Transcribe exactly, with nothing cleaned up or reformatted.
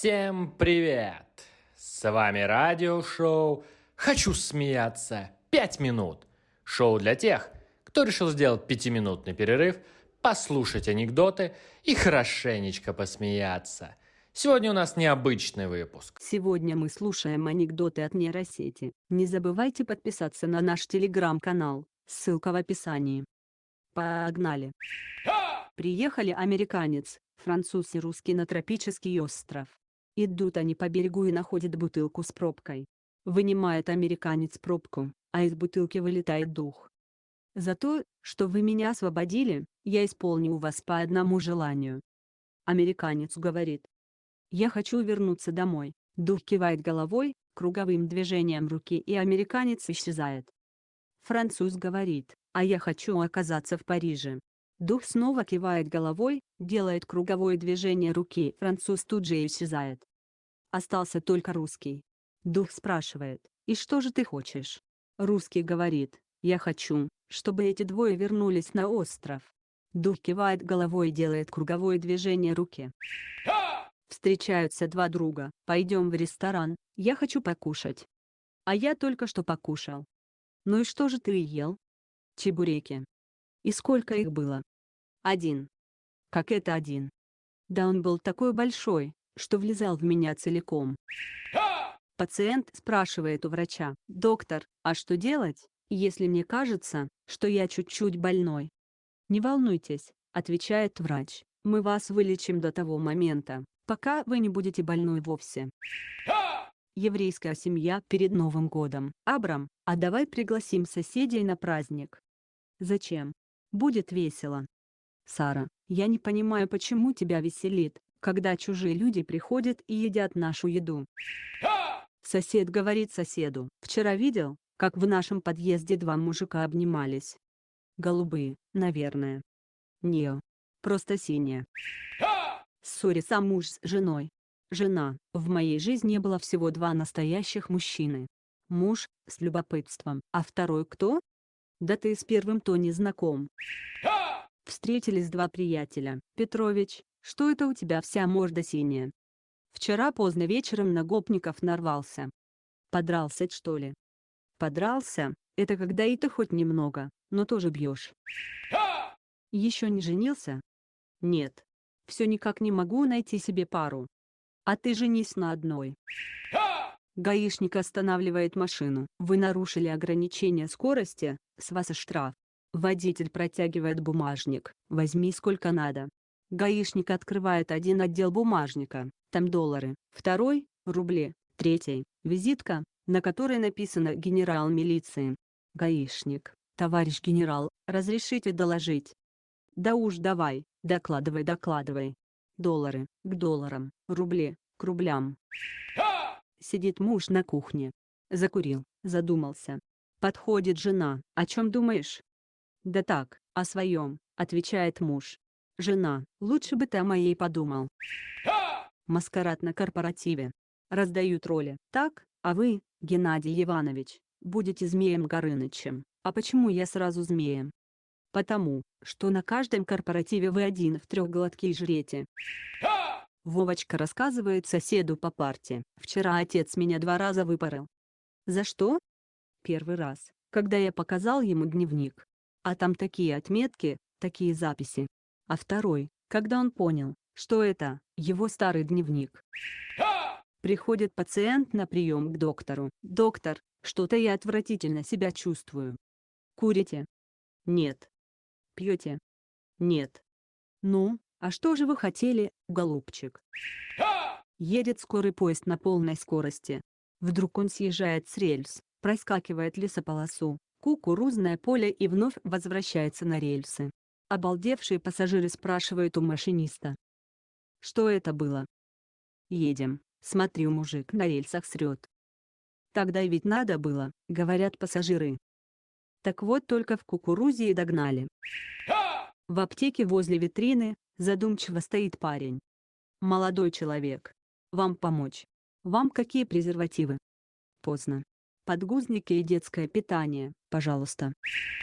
Всем привет! С вами радиошоу «Хочу смеяться» пять минут. Шоу для тех, кто решил сделать пятиминутный перерыв, послушать анекдоты и хорошенечко посмеяться. Сегодня у нас необычный выпуск. Сегодня мы слушаем анекдоты от нейросети. Не забывайте подписаться на наш телеграм-канал, ссылка в описании. Погнали! Приехали американец, француз и русский на тропический остров. Идут они по берегу и находят бутылку с пробкой. Вынимает американец пробку, а из бутылки вылетает дух. «За то, что вы меня освободили, я исполню у вас по одному желанию». Американец говорит: «Я хочу вернуться домой». Дух кивает головой, круговым движением руки, и американец исчезает. Француз говорит: «А я хочу оказаться в Париже». Дух снова кивает головой, делает круговое движение руки, француз тут же исчезает. Остался только русский. Дух спрашивает: «И что же ты хочешь?» Русский говорит: «Я хочу, чтобы эти двое вернулись на остров». Дух кивает головой и делает круговое движение руки. Встречаются два друга. «Пойдем в ресторан, я хочу покушать». «А я только что покушал». «Ну и что же ты ел?» «Чебуреки». «И сколько их было?» «Один». «Как это один?» «Да он был такой большой, что влезал в меня целиком». Пациент спрашивает у врача: «Доктор, а что делать, если мне кажется, что я чуть-чуть больной?» «Не волнуйтесь», — отвечает врач, «мы вас вылечим до того момента, пока вы не будете больной вовсе». Еврейская семья перед Новым годом. «Абрам, а давай пригласим соседей на праздник». «Зачем? Будет весело». «Сара, я не понимаю, почему тебя веселит, когда чужие люди приходят и едят нашу еду». Сосед говорит соседу: «Вчера видел, как в нашем подъезде два мужика обнимались?» «Голубые, наверное». «Не, просто синие». Ссорится муж с женой. «Жена, в моей жизни было всего два настоящих мужчины». Муж, с любопытством: «А второй кто?» «Да ты с первым-то не знаком». Встретились два приятеля. «Петрович, что это у тебя вся морда синяя?» «Вчера поздно вечером на гопников нарвался». «Подрался, что ли?» «Подрался — это когда и ты хоть немного, но тоже бьешь». «Еще не женился?» «Нет. Все никак не могу найти себе пару». «А ты женись на одной». Гаишник останавливает машину. «Вы нарушили ограничение скорости, с вас штраф». Водитель протягивает бумажник. «Возьми сколько надо». Гаишник открывает один отдел бумажника, там доллары, второй – рубли, третий – визитка, на которой написано «Генерал милиции». Гаишник: «Товарищ генерал, разрешите доложить?» «Да уж давай, докладывай, докладывай». Доллары к долларам, рубли к рублям. Сидит муж на кухне. Закурил, задумался. Подходит жена: «О чем думаешь?» «Да так, о своем», — отвечает муж. Жена: «Лучше бы ты о моей подумал». Маскарад на корпоративе. Раздают роли. «Так, а вы, Геннадий Иванович, будете Змеем Горынычем». «А почему я сразу Змеем?» «Потому, что на каждом корпоративе вы один в трех глотки жрете». Вовочка рассказывает соседу по парте: «Вчера отец меня два раза выпорол». «За что?» «Первый раз, когда я показал ему дневник. А там такие отметки, такие записи. А второй, когда он понял, что это его старый дневник». Приходит пациент на прием к доктору: «Доктор, что-то я отвратительно себя чувствую». «Курите?» «Нет». «Пьете?» «Нет». «Ну, а что же вы хотели, голубчик?» Едет скорый поезд на полной скорости. Вдруг он съезжает с рельс, проскакивает лесополосу, кукурузное поле и вновь возвращается на рельсы. Обалдевшие пассажиры спрашивают у машиниста: «Что это было?» «Едем, смотрю, мужик на рельсах срет». «Тогда ведь надо было», — говорят пассажиры. Так вот, только в кукурузе и догнали. В аптеке возле витрины задумчиво стоит парень. «Молодой человек, вам помочь? Вам какие презервативы?» «Поздно. Подгузники и детское питание, пожалуйста».